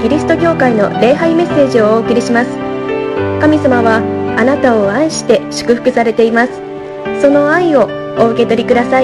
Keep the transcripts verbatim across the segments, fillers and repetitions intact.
リスト教会の礼拝メッセージをお送りします。神様はあなたを愛して祝福されています。その愛をお受け取りください。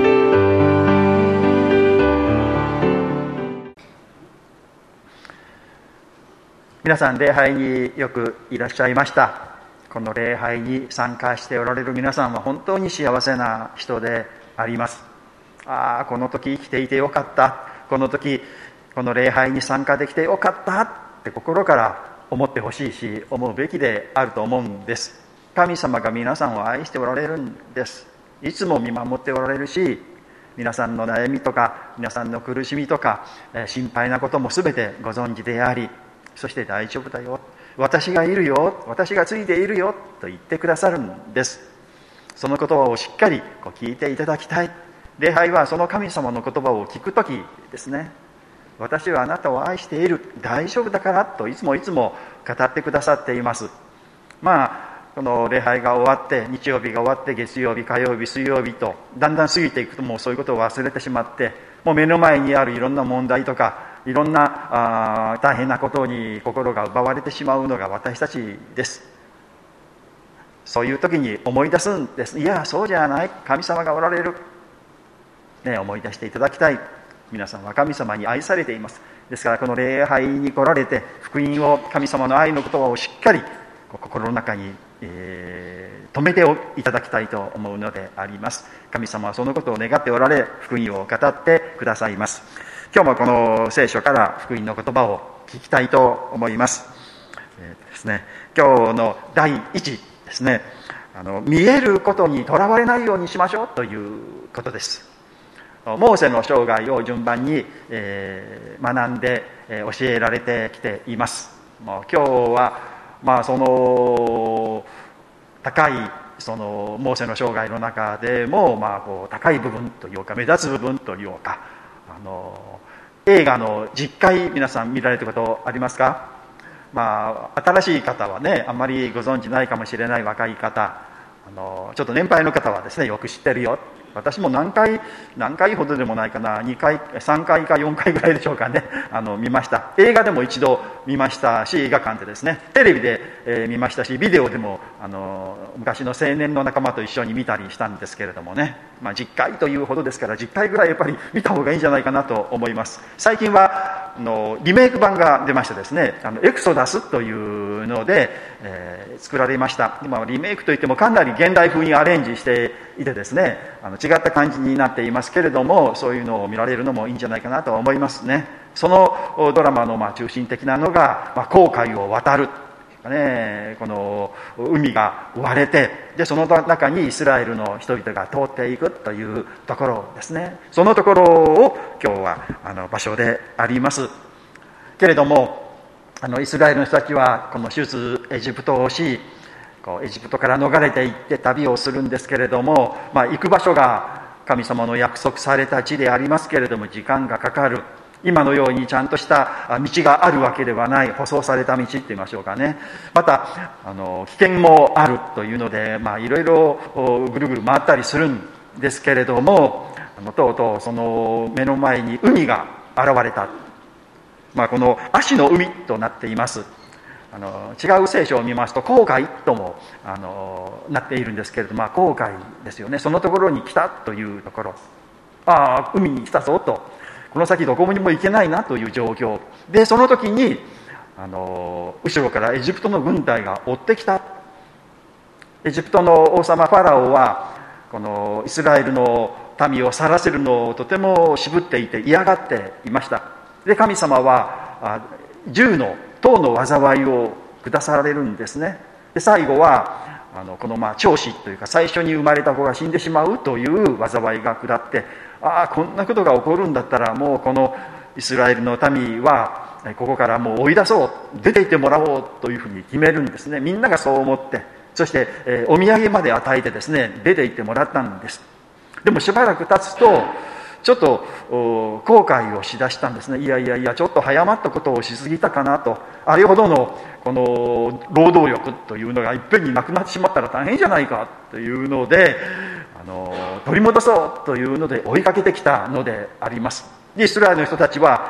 皆さん、礼拝によくいらっしゃいました。この礼拝に参加しておられる皆さんは本当に幸せな人であります。ああ、この時生きていてよかった、この時この礼拝に参加できてよかったって心から思ってほしいし、思うべきであると思うんです。神様が皆さんを愛しておられるんです。いつも見守っておられるし、皆さんの悩みとか皆さんの苦しみとか心配なことも全てご存知であり、そして大丈夫だよ、私がいるよ、私がついているよと言ってくださるんです。その言葉をしっかりこう聞いていただきたい。礼拝はその神様の言葉を聞くときですね。私はあなたを愛している、大丈夫だからといつもいつも語ってくださっています。まあこの礼拝が終わって、日曜日が終わって、月曜日、火曜日、水曜日とだんだん過ぎていくと、もうそういうことを忘れてしまって、もう目の前にあるいろんな問題とかいろんなあ大変なことに心が奪われてしまうのが私たちです。そういう時に思い出すんです。いや、そうじゃない、神様がおられる、ね、思い出していただきたい。皆さんは神様に愛されています。ですからこの礼拝に来られて、福音を、神様の愛の言葉をしっかり心の中に、えー、止めていただきたいと思うのであります。神様はそのことを願っておられ、福音を語ってくださいます。今日もこの聖書から福音の言葉を聞きたいと思います。えーですね、今日の第一ですね、あの見えることにとらわれないようにしましょうということです。モーセの生涯を順番に、えー、学んで、えー、教えられてきています。もう今日は、まあ、その高いそのモーセの生涯の中でも、まあ、こう高い部分というか目立つ部分というか、あの映画の実会、皆さん見られたことありますか？まあ、新しい方はね、あんまりご存知ないかもしれない若い方、あのちょっと年配の方はですね、よく知ってるよ。私も何回何回ほどでもないかな、にかいさんかいかよんかいぐらいでしょうかね、あの見ました。映画でも一度見ましたし、映画館でですね、テレビで、えー、見ましたし、ビデオでもあの昔の青年の仲間と一緒に見たりしたんですけれどもね、まあ、じっかいというほどですからじっかいぐらいやっぱり見た方がいいんじゃないかなと思います。最近はあのリメイク版が出ましてですね、あのエクソダスというので、えー、作られました。今リメイクといってもかなり現代風にアレンジしていてですね、あの違った感じになっていますけれども、そういうのを見られるのもいいんじゃないかなと思いますね。そのドラマのまあ中心的なのが、まあ、航海を渡る、ね、この海が割れて、でその中にイスラエルの人々が通っていくというところですね。そのところを今日はあの場所でありますけれども、あのイスラエルの人たちはこの出エジプトをし、こうエジプトから逃れていって旅をするんですけれども、まあ、行く場所が神様の約束された地でありますけれども、時間がかかる。今のようにちゃんとした道があるわけではない、舗装された道って言いましょうかね。またあの危険もあるというので、まあ、いろいろぐるぐる回ったりするんですけれども、あのとうとうその目の前に海が現れた。まあ、この足の海となっています。あの違う聖書を見ますと航海ともあのなっているんですけれども、まあ、航海ですよね。そのところに来たというところ、ああ海に来たぞと、この先どこにも行けないなという状況で、その時にあの後ろからエジプトの軍隊が追ってきた。エジプトの王様ファラオはこのイスラエルの民を去らせるのをとても渋っていて嫌がっていました。で神様はじゅうの塔の災いを下されるんですね。で最後はあのこのまあ長子というか最初に生まれた子が死んでしまうという災いが下って、ああこんなことが起こるんだったらもうこのイスラエルの民はここからもう追い出そう、出て行ってもらおうというふうに決めるんですね。みんながそう思って、そして、えー、お土産まで与えてですね、出て行ってもらったんです。でもしばらく経つとちょっと後悔をしだしたんですね。いやいやいや、ちょっと早まったことをしすぎたかなと。あれほどのこの労働力というのがいっぺんになくなってしまったら大変じゃないかというので、あの取り戻そうというので追いかけてきたのであります。でイスラエルの人たちは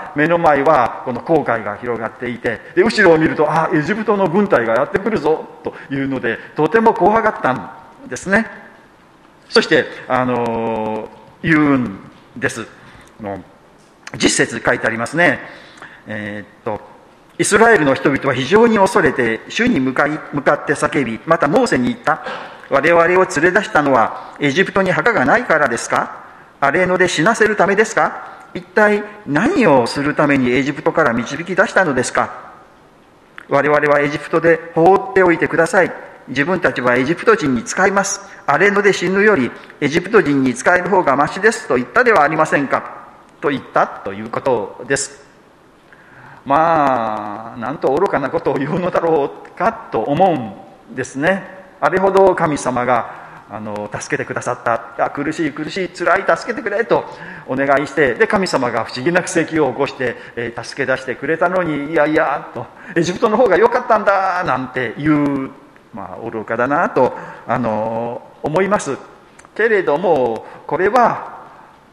ば目の前はこの紅海が広がっていて、で後ろを見ると、あエジプトの軍隊がやってくるぞというので、とても怖がったんですね。そしてあの言うんです。実節書いてありますね。えー、っとイスラエルの人々は非常に恐れて主に向かい向かって叫び、またモーセに言った。我々を連れ出したのはエジプトに墓がないからですか？荒野で死なせるためですか？一体何をするためにエジプトから導き出したのですか？我々はエジプトで放っておいてください。自分たちはエジプト人に仕えます。荒れ野で死ぬよりエジプト人に仕える方がましですと言ったではありませんか、と言ったということです。まあなんと愚かなことを言うのだろうかと思うんですね。あれほど神様があの助けてくださった、あ苦しい苦しい辛い助けてくれとお願いして、で神様が不思議な奇跡を起こして、えー、助け出してくれたのに、いやいやとエジプトの方が良かったんだなんていう、まあ愚かだなとあの思いますけれども、これは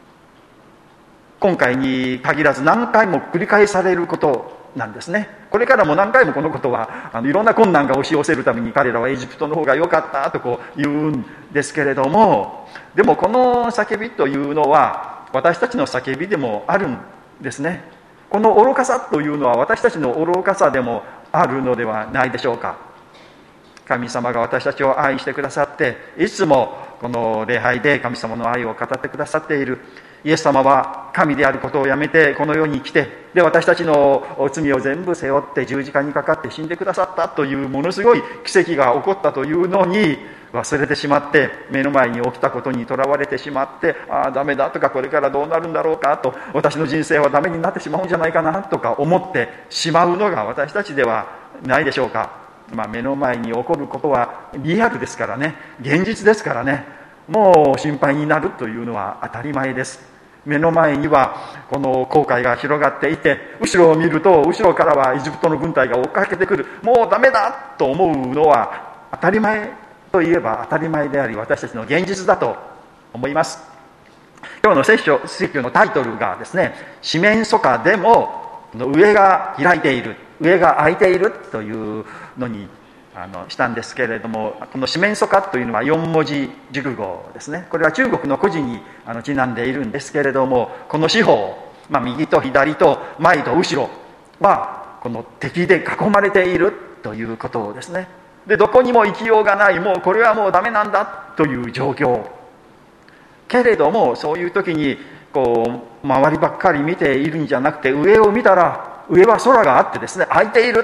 今回に限らず何回も繰り返されることなんですね。これからも何回もこのことはあのいろんな困難が押し寄せるために彼らはエジプトの方が良かったとこう言うんですけれども、でもこの叫びというのは私たちの叫びでもあるんですね。この愚かさというのは私たちの愚かさでもあるのではないでしょうか。神様が私たちを愛してくださって、いつもこの礼拝で神様の愛を語ってくださっている。イエス様は神であることをやめてこの世に来て、で私たちの罪を全部背負って十字架にかかって死んでくださったというものすごい奇跡が起こったというのに忘れてしまって、目の前に起きたことにとらわれてしまって、ああダメだとか、これからどうなるんだろうかと、私の人生はダメになってしまうんじゃないかなとか思ってしまうのが私たちではないでしょうか。まあ、目の前に起こることはリアルですからね、現実ですからね、もう心配になるというのは当たり前です。目の前にはこの紅海が広がっていて、後ろを見ると後ろからはエジプトの軍隊が追っかけてくる、もうダメだと思うのは当たり前といえば当たり前であり、私たちの現実だと思います。今日の聖書説教のタイトルがですね、四面楚歌でも上が開いている、上が開いているというのにあのしたんですけれども、この四面楚歌というのはよん文字熟語ですね。これは中国の故事にあのちなんでいるんですけれども、この四方、まあ、右と左と前と後ろはこの敵で囲まれているということですね。でどこにも行きようがない、もうこれはもうダメなんだという状況けれども、そういう時にこう周りばっかり見ているんじゃなくて、上を見たら上は空があってですね、開いている。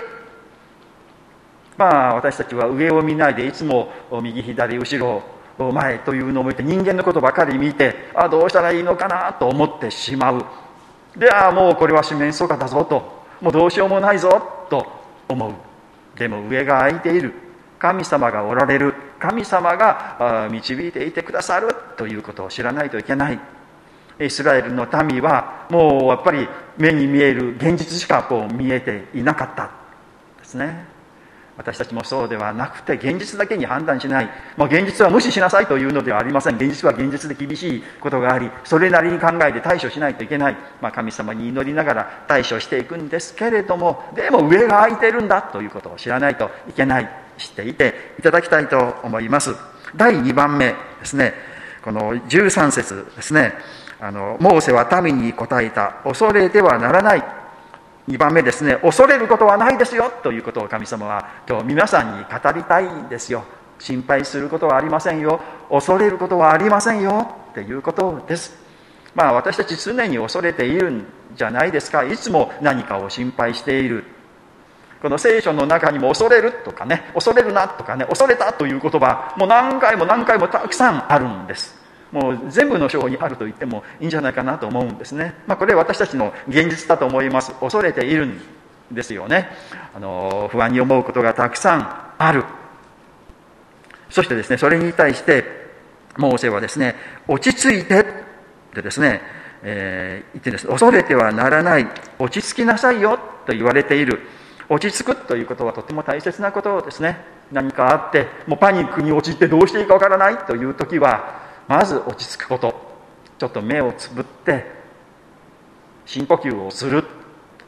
まあ私たちは上を見ないでいつも右左後ろ前というのを見て、人間のことばかり見て、あどうしたらいいのかなと思ってしまう。であもうこれは四面楚歌だぞと、もうどうしようもないぞと思う。でも上が開いている、神様がおられる、神様が導いていてくださるということを知らないといけない。イスラエルの民はもうやっぱり目に見える現実しかこう見えていなかったですね。私たちもそうではなくて、現実だけに判断しない、もう現実は無視しなさいというのではありません。現実は現実で厳しいことがあり、それなりに考えて対処しないといけない、まあ、神様に祈りながら対処していくんですけれども、でも上が開いているんだということを知らないといけない、知っていていただきたいと思います。だいにばんめですね、このじゅうさん節ですね。あのモーセは民に答えた。恐れてはならない。にばんめですね、恐れることはないですよということを神様は今日皆さんに語りたいんですよ。心配することはありませんよ、恐れることはありませんよっていうことです。まあ私たち常に恐れているんじゃないですか。いつも何かを心配している。この聖書の中にも恐れるとかね、恐れるなとかね、恐れたという言葉もう何回も何回もたくさんあるんです。もう全部の章にあると言ってもいいんじゃないかなと思うんですね。まあこれは私たちの現実だと思います。恐れているんですよね。あの不安に思うことがたくさんある。そしてですね、それに対してモーセはですね、落ち着いてでですね、えー、言ってですね、恐れてはならない、落ち着きなさいよと言われている。落ち着くということはとても大切なことですね。何かあってもうパニックに陥ってどうしていいかわからないという時は、まず落ち着くこと、ちょっと目をつぶって深呼吸をする、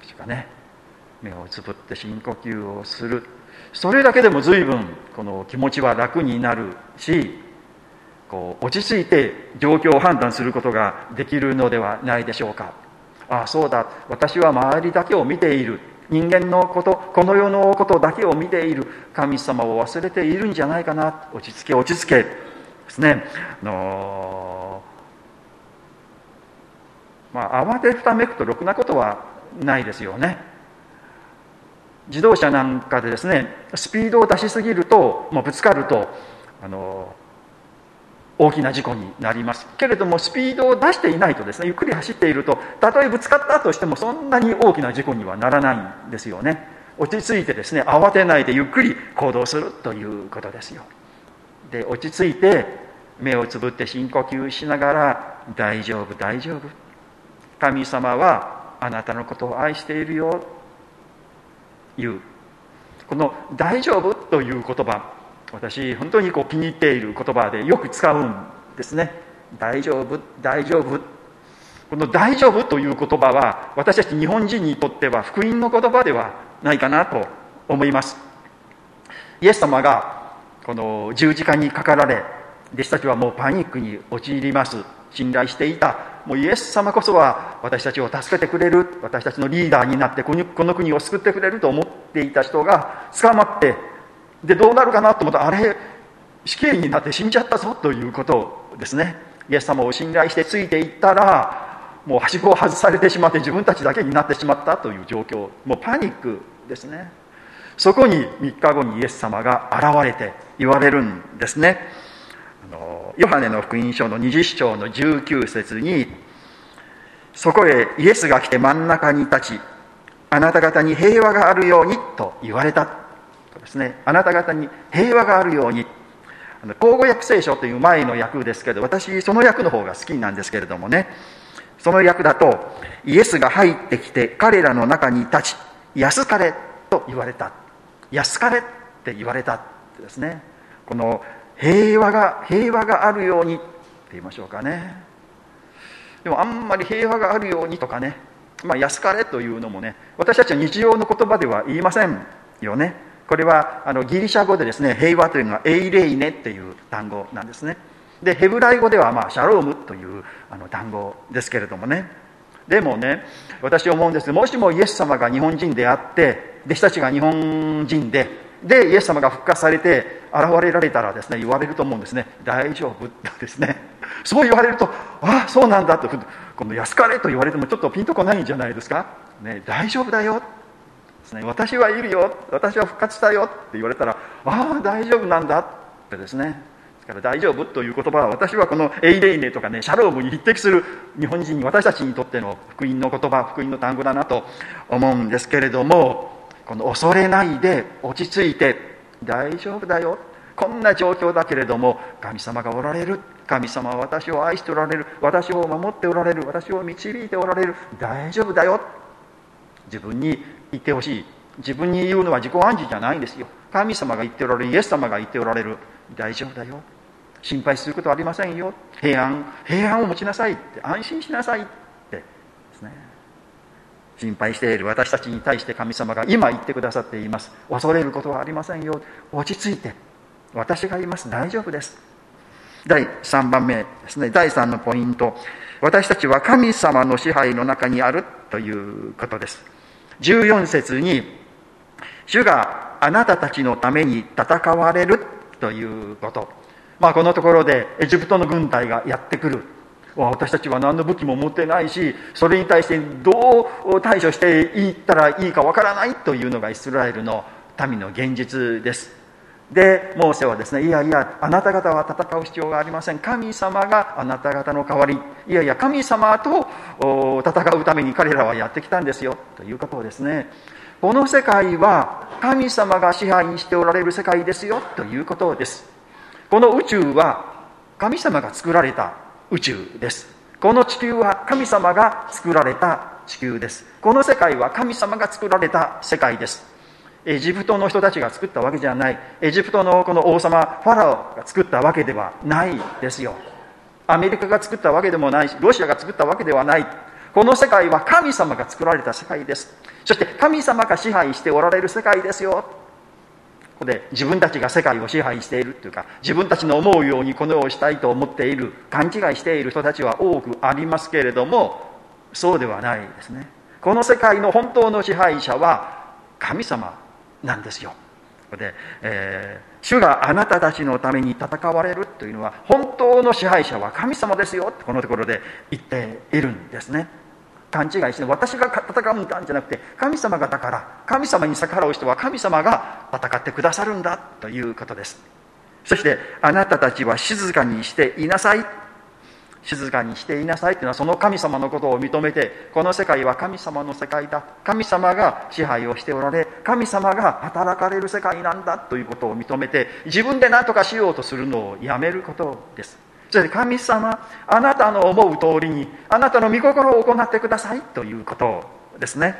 確かね、目をつぶって深呼吸をする。それだけでも随分この気持ちは楽になるし、こう落ち着いて状況を判断することができるのではないでしょうか。ああ、そうだ、私は周りだけを見ている、人間のこと、この世のことだけを見ている、神様を忘れているんじゃないかな。落ち着け落ち着けですね。あのー、まあ慌てふためくとろくなことはないですよね。自動車なんかでですね、スピードを出しすぎると、もうぶつかると、あのー大きな事故になりますけれども、スピードを出していないとですね、ゆっくり走っていると、たとえぶつかったとしてもそんなに大きな事故にはならないんですよね。落ち着いてですね、慌てないでゆっくり行動するということですよ。で、落ち着いて目をつぶって深呼吸しながら、大丈夫大丈夫、神様はあなたのことを愛しているよ、いうこの大丈夫という言葉、私本当にこう気に入っている言葉でよく使うんですね。大丈夫大丈夫、この大丈夫という言葉は私たち日本人にとっては福音の言葉ではないかなと思います。イエス様がこの十字架にかかられ、弟子たちはもうパニックに陥ります。信頼していたもうイエス様こそは私たちを助けてくれる、私たちのリーダーになってこの国を救ってくれると思っていた人が捕まって、でどうなるかなと思ったら、あれ死刑になって死んじゃったぞということですね。イエス様を信頼してついていったら、もうはしごを外されてしまって自分たちだけになってしまったという状況、もうパニックですね。そこにみっかごにイエス様が現れて言われるんですね。あのヨハネの福音書のにじゅっ章のじゅうきゅう節に、そこへイエスが来て真ん中に立ち、あなた方に平和があるようにと言われたですね。あなた方に平和があるように。口語訳聖書という前の訳ですけど、私その訳の方が好きなんですけれどもね、その訳だと、イエスが入ってきて彼らの中に立ち、安かれと言われた。安かれって言われたってですね。この平和が平和があるようにって言いましょうかね。でもあんまり平和があるようにとかね、まあ安かれというのもね、私たちは日常の言葉では言いませんよね。これはあのギリシャ語でですね、平和というのはエイレイネっていう単語なんですね。でヘブライ語ではまあシャロームというあの単語ですけれどもね。でもね、私思うんです。もしもイエス様が日本人であって、弟子たちが日本人で、でイエス様が復活されて現れられたらですね、言われると思うんですね。大丈夫ですね。そう言われると、ああそうなんだと、今度安かれと言われてもちょっとピンとこないんじゃないですか。ね、大丈夫だよ。私はいるよ、私は復活したよって言われたら、ああ大丈夫なんだってですね。ですから大丈夫という言葉は、私はこのエイレイネとかね、シャロームに匹敵する日本人に、私たちにとっての福音の言葉、福音の単語だなと思うんですけれども、この恐れないで落ち着いて、大丈夫だよ、こんな状況だけれども神様がおられる、神様は私を愛しておられる、私を守っておられる、私を導いておられる、大丈夫だよ、自分に言ってほしい。自分に言うのは自己暗示じゃないんですよ。神様が言っておられる、イエス様が言っておられる、大丈夫だよ、心配することはありませんよ、平安平安を持ちなさいって、安心しなさいってですね。心配している私たちに対して神様が今言ってくださっています。恐れることはありませんよ、落ち着いて、私がいます、大丈夫です。だいさんばんめですね。だいさんのポイント、私たちは神様の支配の中にあるということです。じゅうよん節に、主があなたたちのために戦われるということ。まあこのところでエジプトの軍隊がやってくる。私たちは何の武器も持ってないし、それに対してどう対処していったらいいかわからないというのがイスラエルの民の現実です。でモーセはですね、いやいやあなた方は戦う必要がありません、神様があなた方の代わり、いやいや神様と戦うために彼らはやってきたんですよということをですね、この世界は神様が支配しておられる世界ですよということです。この宇宙は神様が作られた宇宙です。この地球は神様が作られた地球です。この世界は神様が作られた世界です。エジプトの人たちが作ったわけじゃない。エジプトのこの王様ファラオが作ったわけではないですよ。アメリカが作ったわけでもないし、ロシアが作ったわけではない。 この世界は神様が作られた世界です。そして神様が支配しておられる世界ですよ。ここで自分たちが世界を支配しているというか、自分たちの思うようにこの世をしたいと思っている、勘違いしている人たちは多くありますけれども、そうではないですね。この世界の本当の支配者は神様なんですよ。ここで、えー、主があなたたちのために戦われるというのは、本当の支配者は神様ですよってこのところで言っているんですね。勘違いして、私が戦うんだんじゃなくて、神様がだから、神様に逆らう人は神様が戦ってくださるんだということです。そして、あなたたちは静かにしていなさい。静かにしていなさいというのは、その神様のことを認めて、この世界は神様の世界だ。神様が支配をしておられ、神様が働かれる世界なんだということを認めて、自分で何とかしようとするのをやめることです。そして神様、あなたの思う通りにあなたの御心を行ってくださいということですね。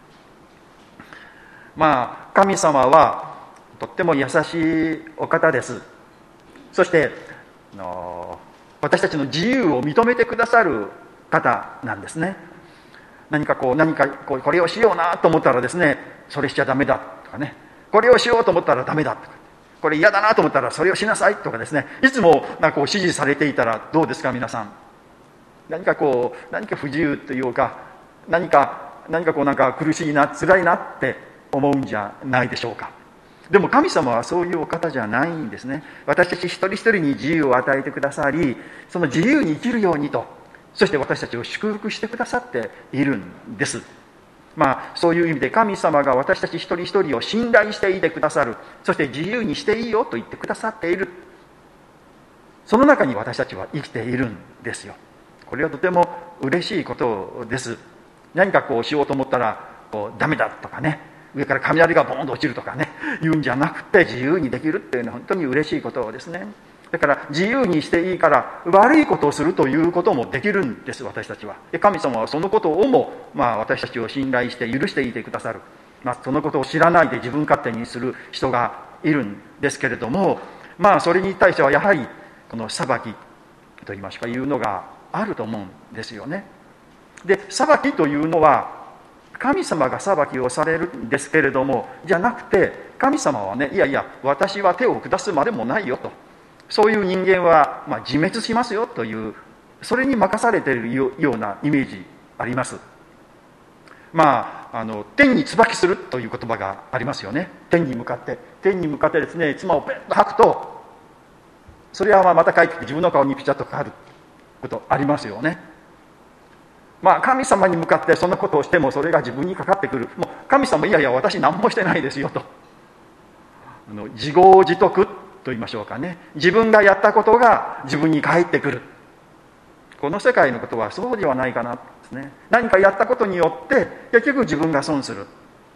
まあ神様はとっても優しいお方です。そしてあの私たちの自由を認めてくださる方なんですね。何かこう何かこうこれをしようなと思ったらですね、それしちゃダメだとかね、これをしようと思ったらダメだとか、これ嫌だなと思ったらそれをしなさいとかですね、いつもなんかこう指示されていたらどうですか皆さん。何かこう何か不自由というか、何か何かこうなんか苦しいな辛いなって思うんじゃないでしょうか。でも神様はそういうお方じゃないんですね。私たち一人一人に自由を与えてくださり、その自由に生きるようにと、そして私たちを祝福してくださっているんです。まあそういう意味で神様が私たち一人一人を信頼していてくださる、そして自由にしていいよと言ってくださっている、その中に私たちは生きているんですよ。これはとても嬉しいことです。何かこうしようと思ったらこうダメだとかね、上から雷がボーンと落ちるとかね言うんじゃなくて、自由にできるっていうのは本当に嬉しいことですね。だから自由にしていいから悪いことをするということもできるんです。私たちは神様はそのことをも、まあ、私たちを信頼して許していてくださる、まあ、そのことを知らないで自分勝手にする人がいるんですけれども、まあそれに対してはやはりこの裁きといいますかいうのがあると思うんですよね。で裁きというのは神様が裁きをされるんですけれども、じゃなくて神様はね、いやいや私は手を下すまでもないよと、そういう人間はまあ自滅しますよという、それに任されているようなイメージあります。まああの天に椿するという言葉がありますよね。天に向かって天に向かってですね、妻をペッと吐くと、それはまあまた帰ってきて自分の顔にピチャッとかかることありますよね。まあ神様に向かってそんなことをしてもそれが自分にかかってくる。もう神様いやいや私何もしてないですよと、あの自業自得と言いましょうかね、自分がやったことが自分に返ってくる。この世界のことはそうではないかなですね。何かやったことによって結局自分が損する。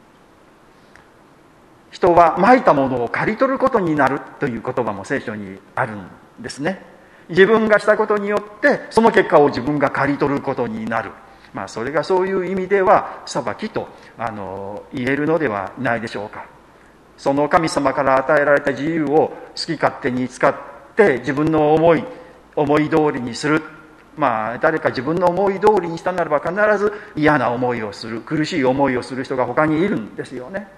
人は蒔いたものを刈り取ることになるという言葉も聖書にあるんですね。自分がしたことによってその結果を自分が刈り取ることになる。まあそれがそういう意味では裁きとあの言えるのではないでしょうか。その神様から与えられた自由を好き勝手に使って自分の思い思い通りにする。まあ誰か自分の思い通りにしたならば必ず嫌な思いをする、苦しい思いをする人が他にいるんですよね。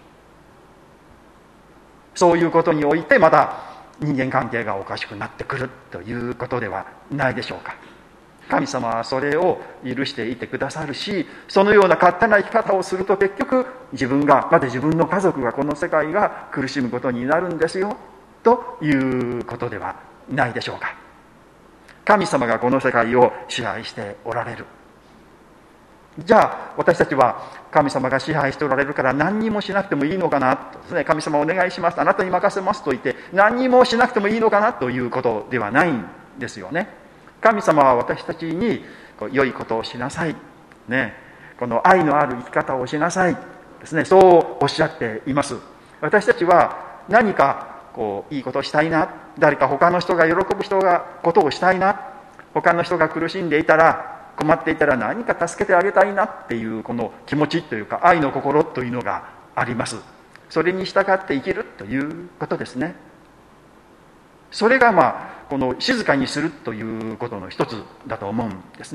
そういうことにおいてまた人間関係がおかしくなってくるということではないでしょうか。神様はそれを許していてくださるし、そのような勝手な生き方をすると結局自分がまた自分の家族がこの世界が苦しむことになるんですよということではないでしょうか。神様がこの世界を支配しておられる。じゃあ私たちは神様が支配しておられるから何にもしなくてもいいのかなとですね、神様お願いします、あなたに任せますと言って何にもしなくてもいいのかなということではないんですよね。神様は私たちに良いことをしなさい、ね、この愛のある生き方をしなさいですね、そうおっしゃっています。私たちは何かこういいことをしたいな、誰か他の人が喜ぶ人がことをしたいな、他の人が苦しんでいたら困っていたら何か助けてあげたいなっていうこの気持ちというか愛の心というのがあります。それに従って生きるということですね。それがまあこの静かにするということの一つだと思うんですね。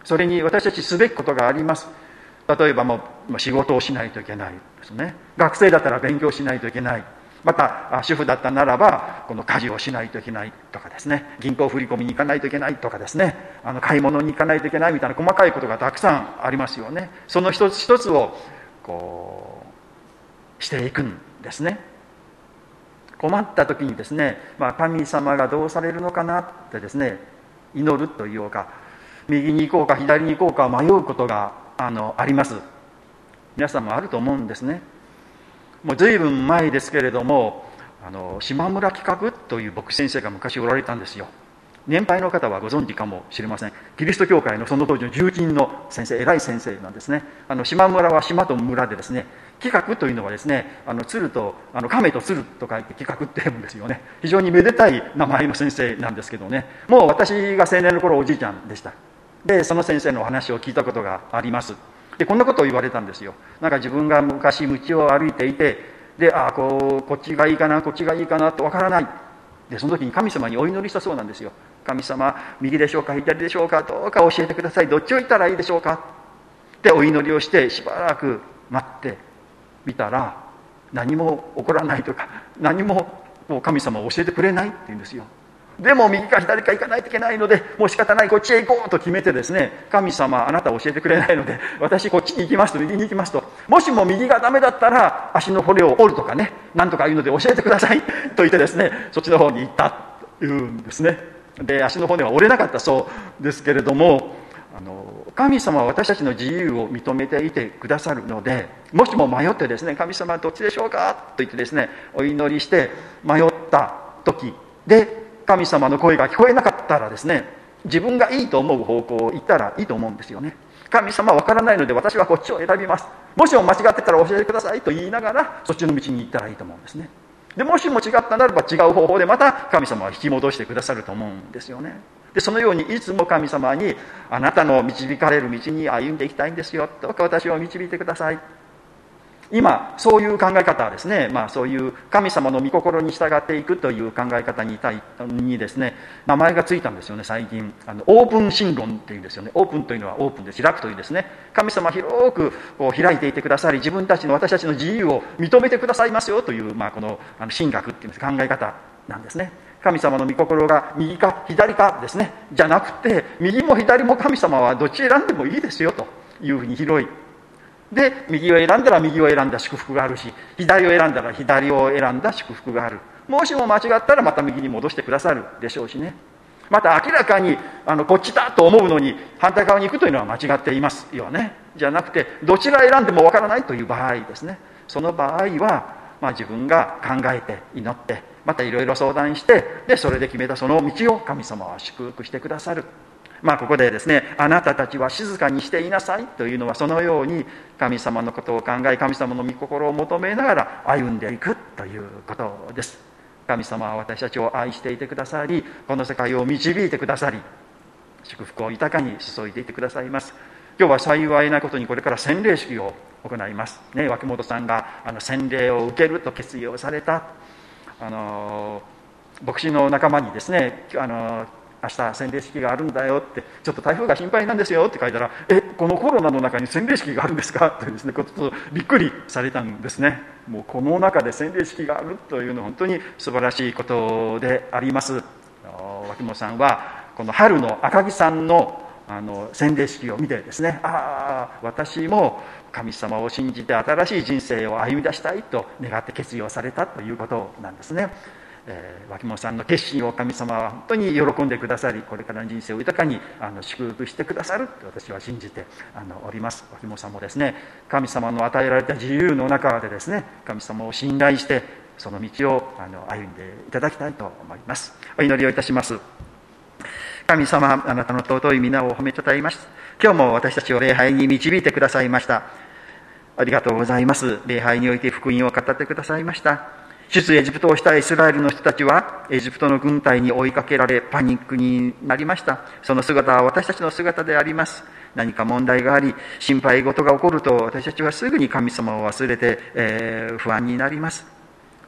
それに私たちすべきことがあります。例えばもう仕事をしないといけないですね。学生だったら勉強しないといけない。また主婦だったならばこの家事をしないといけないとかですね、銀行振り込みに行かないといけないとかですね、あの買い物に行かないといけないみたいな細かいことがたくさんありますよね。その一つ一つをこうしていくんですね。困った時にですね、まあ、神様がどうされるのかなってですね、祈るというか、右に行こうか左に行こうか迷うことが あのあります。皆さんもあると思うんですね。もう随分前ですけれども、あの島村企画という牧師先生が昔おられたんですよ。年配の方はご存知かもしれません。キリスト教会のその当時の重鎮の先生、偉い先生なんですね。あの島村は島と村でですね、企画というのはですね、あの鶴とあの亀と鶴と書いて企画って読むんですよね。非常にめでたい名前の先生なんですけどね、もう私が青年の頃おじいちゃんでした。でその先生のお話を聞いたことがあります。でこんなことを言われたんですよ。なんか自分が昔道を歩いていて、であこうこっちがいいかなこっちがいいかなとわからない。でその時に神様にお祈りしたそうなんですよ。神様、右でしょうか左でしょうか、どうか教えてください、どっちを行ったらいいでしょうかってお祈りをしてしばらく待ってみたら、何も起こらないとか、何ももう神様を教えてくれないって言うんですよ。でも右か左か行かないといけないので、もう仕方ない、こっちへ行こうと決めてですね、神様あなたは教えてくれないので私こっちに行きますと、右に行きますと、もしも右がダメだったら足の骨を折るとかね、なんとかいうので教えてくださいと言ってですね、そっちの方に行ったというんですね。で足の骨は折れなかったそうですけれども、あの神様は私たちの自由を認めていてくださるので、もしも迷ってですね、神様どっちでしょうかと言ってですね、お祈りして迷った時で神様の声が聞こえなかったらですね、自分がいいと思う方向を行ったらいいと思うんですよね。神様は分からないので私はこっちを選びます、もしも間違ってたら教えてくださいと言いながらそっちの道に行ったらいいと思うんですね。でもしも違ったならば違う方法でまた神様は引き戻してくださると思うんですよね。でそのようにいつも神様に、あなたの導かれる道に歩んでいきたいんですよ、どうか私を導いてください。今そういう考え方はですね、まあ、そういう神様の御心に従っていくという考え方に対にですね、名前がついたんですよね。最近あのオープン神論っていうんですよね。オープンというのはオープンで開くというですね、神様広くこう開いていてくださり、自分たちの私たちの自由を認めてくださいますよという、まあ、このあの神学っていうんです考え方なんですね。神様の御心が右か左かですねじゃなくて、右も左も神様はどっち選んでもいいですよというふうに広い。で右を選んだら右を選んだ祝福があるし、左を選んだら左を選んだ祝福がある。もしも間違ったらまた右に戻してくださるでしょうしね。また明らかにあのこっちだと思うのに反対側に行くというのは間違っていますよね。じゃなくてどちら選んでもわからないという場合ですね、その場合は、まあ、自分が考えて祈ってまたいろいろ相談して、でそれで決めたその道を神様は祝福してくださる。まあここでですね、あなたたちは静かにしていなさいというのは、そのように神様のことを考え、神様の御心を求めながら歩んでいくということです。神様は私たちを愛していてくださり、この世界を導いてくださり、祝福を豊かに注いでいてくださいます。今日は幸いなことにこれから洗礼式を行います、ね、脇本さんがあの洗礼を受けると決意をされた、あの牧師の仲間にですね、あの明日洗礼式があるんだよって、ちょっと台風が心配なんですよって書いたら、えこのコロナの中に洗礼式があるんですかというですね、ちょっとびっくりされたんですね。もうこの中で洗礼式があるというのは本当に素晴らしいことであります。脇本さんはこの春の赤木さんのあの洗礼式を見てですね、ああ私も神様を信じて新しい人生を歩み出したいと願って決意をされたということなんですね。えー、脇本さんの決心を神様は本当に喜んでくださり、これからの人生を豊かにあの祝福してくださると私は信じてあのおります。脇本さんもですね、神様の与えられた自由の中でですね、神様を信頼してその道をあの歩んでいただきたいと思います。お祈りをいたします。神様、あなたの尊い皆を褒めたたえます。今日も私たちを礼拝に導いてくださいました。ありがとうございます。礼拝において福音を語ってくださいました。出エジプトをしたイスラエルの人たちはエジプトの軍隊に追いかけられパニックになりました。その姿は私たちの姿であります。何か問題があり心配事が起こると私たちはすぐに神様を忘れて、えー、不安になります。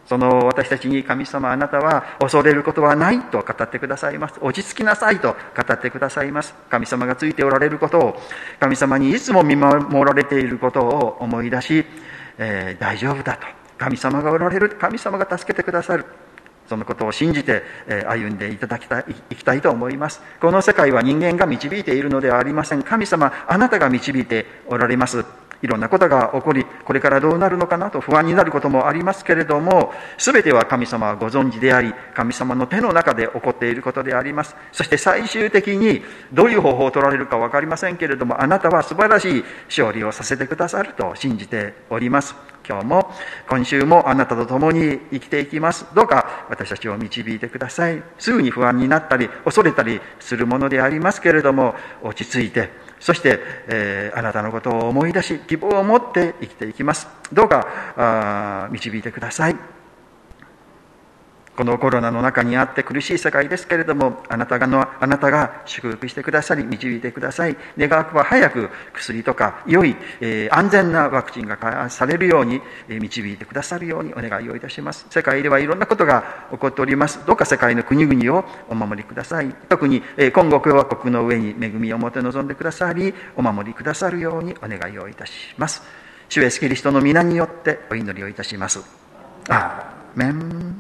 その私たちに神様、あなたは恐れることはないと語ってくださいます。落ち着きなさいと語ってくださいます。神様がついておられることを、神様にいつも見守られていることを思い出し、えー、大丈夫だと、神様がおられる、神様が助けてくださる、そのことを信じて歩んでいただきたい、いきたいと思います。この世界は人間が導いているのではありません。神様、あなたが導いておられます。いろんなことが起こり、これからどうなるのかなと不安になることもありますけれども、すべては神様はご存知であり、神様の手の中で起こっていることであります。そして最終的にどういう方法を取られるか分かりませんけれども、あなたは素晴らしい勝利をさせてくださると信じております。今日も今週もあなたと共に生きていきます。どうか私たちを導いてください。すぐに不安になったり恐れたりするものでありますけれども、落ち着いて、そして、えー、あなたのことを思い出し、希望を持って生きていきます。どうかあ導いてください。このコロナの中にあって苦しい世界ですけれども、あなたがのあなたが祝福してくださり、導いてください。願わくは早く薬とか良い、えー、安全なワクチンが開発されるように、えー、導いてくださるようにお願いをいたします。世界ではいろんなことが起こっております。どうか世界の国々をお守りください。特に、えー、今後共和国の上に恵みをもて望んでくださり、お守りくださるようにお願いをいたします。主イエスキリストの皆によってお祈りをいたします。アーメン。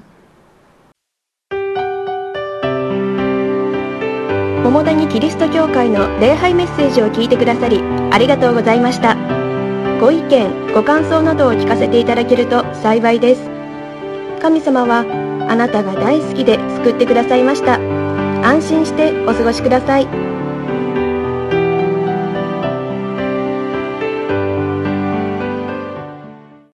桃谷キリスト教会の礼拝メッセージを聞いてくださりありがとうございました。ご意見ご感想などを聞かせていただけると幸いです。神様はあなたが大好きで救ってくださいました。安心してお過ごしください。